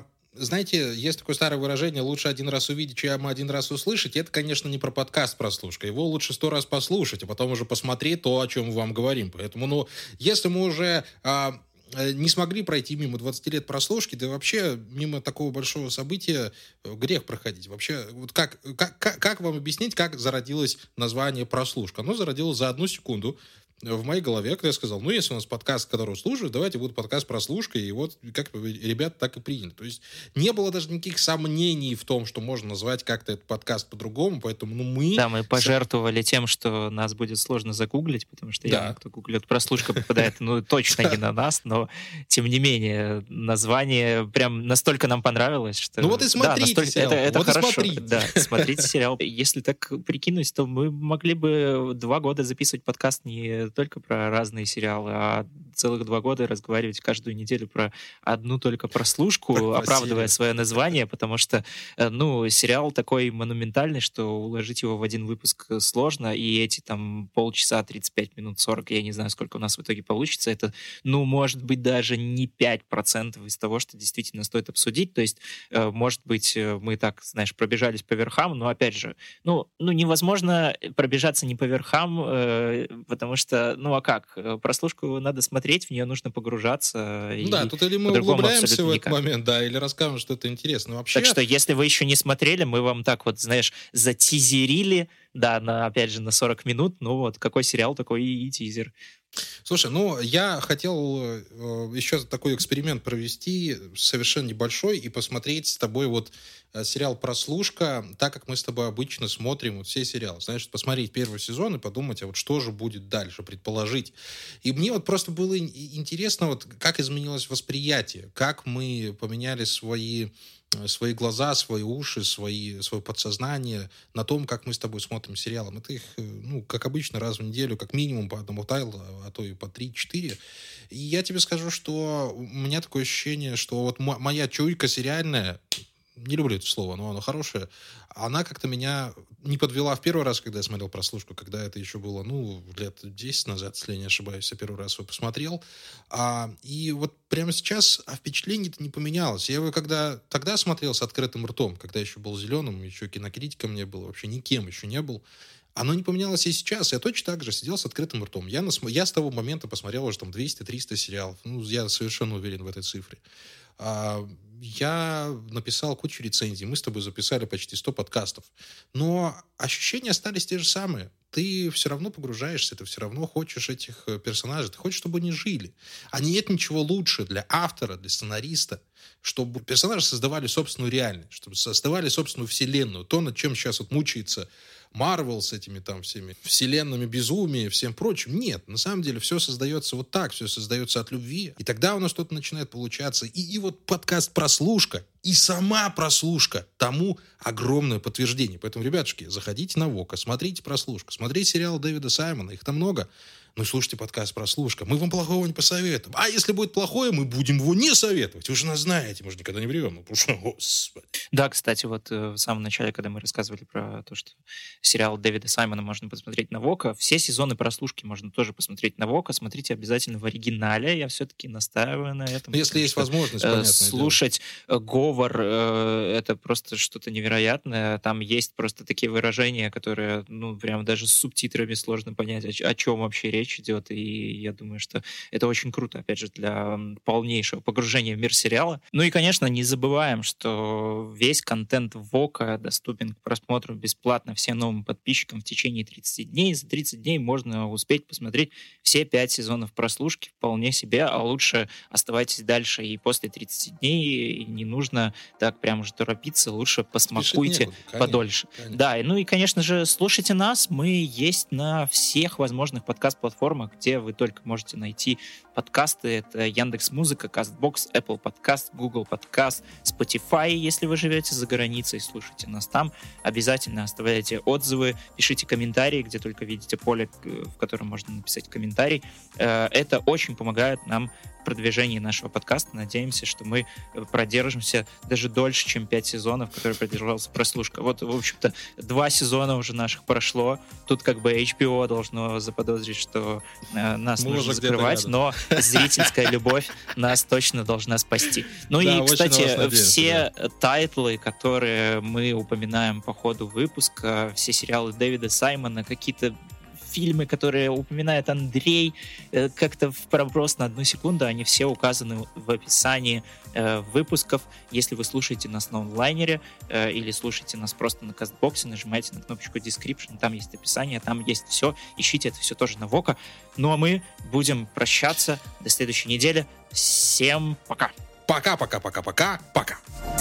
Знаете, есть такое старое выражение: лучше один раз увидеть, чем один раз услышать. Это, конечно, не про подкаст «Прослушка». Его лучше сто раз послушать, а потом уже посмотреть то, о чем мы вам говорим. Поэтому, ну, если мы уже а, не смогли пройти мимо двадцати лет прослушки, да вообще мимо такого большого события грех проходить. Вообще, вот как, как, как вам объяснить, как зародилось название «Прослушка»? Оно зародилось за одну секунду в моей голове, когда я сказал, ну, если у нас подкаст, который слушают, давайте будет подкаст «Прослушка», и вот как ребята так и приняли. То есть не было даже никаких сомнений в том, что можно назвать как-то этот подкаст по-другому, поэтому, ну, мы... Да, мы пожертвовали тем, что нас будет сложно загуглить, потому что да. явно, кто гуглит «Прослушка», попадает, ну, точно не на нас, но, тем не менее, название прям настолько нам понравилось, что... Ну, вот и смотрите сериал. Это хорошо. Да, смотрите сериал. Если так прикинуть, то мы могли бы два года записывать подкаст не только про разные сериалы, а целых два года разговаривать каждую неделю про одну только прослушку, про оправдывая свое название, потому что, ну, сериал такой монументальный, что уложить его в один выпуск сложно, и эти там полчаса, тридцать пять минут, сорок, я не знаю, сколько у нас в итоге получится, это, ну, может быть, даже не пять процентов из того, что действительно стоит обсудить, то есть, может быть, мы так, знаешь, пробежались по верхам, но, опять же, ну, ну невозможно пробежаться не по верхам, потому что ну а как? Прослушку надо смотреть, в нее нужно погружаться. Ну да, тут или мы углубляемся в этот никак. момент, да, или расскажем что-то интересное. Вообще... Так что, если вы еще не смотрели, мы вам так вот, знаешь, затизерили, да, на, опять же, на сорок минут, ну вот, какой сериал, такой и, и тизер. Слушай, ну, я хотел э, еще такой эксперимент провести, совершенно небольшой, и посмотреть с тобой вот э, сериал «Прослушка», так как мы с тобой обычно смотрим вот все сериалы. Знаешь, посмотреть первый сезон и подумать, а вот что же будет дальше, предположить. И мне вот просто было интересно, вот как изменилось восприятие, как мы поменяли свои... свои глаза, свои уши, свои, свое подсознание на том, как мы с тобой смотрим сериалы. Это их, ну, как обычно, раз в неделю, как минимум по одному тайлу, а то и по три-четыре. И я тебе скажу, что у меня такое ощущение, что вот моя чуйка сериальная, не люблю это слово, но оно хорошее, она как-то меня не подвела в первый раз, когда я смотрел «Прослушку», когда это еще было, ну, лет десять назад, если я не ошибаюсь, я первый раз его посмотрел. А, и вот прямо сейчас а впечатление-то не поменялось. Я его когда тогда смотрел с открытым ртом, когда еще был зеленым, еще кинокритиком не был, вообще никем еще не был. Оно не поменялось и сейчас. Я точно так же сидел с открытым ртом. Я, на, я с того момента посмотрел уже там двести-триста сериалов. Ну, я совершенно уверен в этой цифре. А, я написал кучу рецензий. Мы с тобой записали почти сто подкастов. Но ощущения остались те же самые. Ты все равно погружаешься, ты все равно хочешь этих персонажей. Ты хочешь, чтобы они жили. А нет ничего лучше для автора, для сценариста, чтобы персонажи создавали собственную реальность, чтобы создавали собственную вселенную. То, над чем сейчас вот мучается Марвел с этими там всеми вселенными безумия и всем прочим. Нет, на самом деле все создается вот так, все создается от любви. И тогда у нас что-то начинает получаться. И, и вот подкаст «Прослушка», и сама «Прослушка» тому огромное подтверждение. Поэтому, ребятушки, заходите на Вока, смотрите «Прослушку», смотрите сериалы Дэвида Саймона, их там много. Ну, слушайте подкаст «Прослушка». Мы вам плохого не посоветуем. А если будет плохое, мы будем его не советовать. Вы же нас знаете, мы же никогда не врем. Ну, потому что, господи. Да, кстати, вот в самом начале, когда мы рассказывали про то, что сериал Дэвида Саймона можно посмотреть на Вока, все сезоны «Прослушки» можно тоже посмотреть на Вока. Смотрите обязательно в оригинале. Я все-таки настаиваю на этом. Если есть возможность, понятно. Слушать дело. Говор — это просто что-то невероятное. Там есть просто такие выражения, которые, ну, прям даже с субтитрами сложно понять, о, о чем вообще речь. речь идет, и я думаю, что это очень круто, опять же, для полнейшего погружения в мир сериала. Ну и, конечно, не забываем, что весь контент Вока доступен к просмотру бесплатно всем новым подписчикам в течение тридцати дней. За тридцать дней можно успеть посмотреть все пять сезонов «Прослушки» вполне себе, а лучше оставайтесь дальше и после тридцати дней, и не нужно так прям уже торопиться, лучше посмакуйте некуда, конечно, подольше. Конечно. Да, ну и, конечно же, слушайте нас, мы есть на всех возможных подкаст-платформах, платформах, где вы только можете найти подкасты. Это Яндекс.Музыка, Castbox, Apple Podcast, Google Podcast, Spotify, если вы живете за границей, слушайте нас там. Обязательно оставляйте отзывы, пишите комментарии, где только видите поле, в котором можно написать комментарий. Это очень помогает нам в продвижении нашего подкаста. Надеемся, что мы продержимся даже дольше, чем пять сезонов, которые продержался прослушка. Вот, в общем-то, два сезона уже наших прошло. Тут как бы эйч би о должно заподозрить, что э, нас Мы нужно закрывать, но зрительская любовь нас точно должна спасти. Ну и, кстати, все тайтлы, которые мы упоминаем по ходу выпуска, все сериалы Дэвида Саймона, какие-то фильмы, которые упоминает Андрей, как-то в проброс на одну секунду, они все указаны в описании э, выпусков. Если вы слушаете нас на онлайнере э, или слушаете нас просто на кастбоксе, нажимайте на кнопочку description, там есть описание, там есть все. Ищите это все тоже на Вока. Ну а мы будем прощаться до следующей недели. Всем пока! Пока-пока-пока-пока-пока!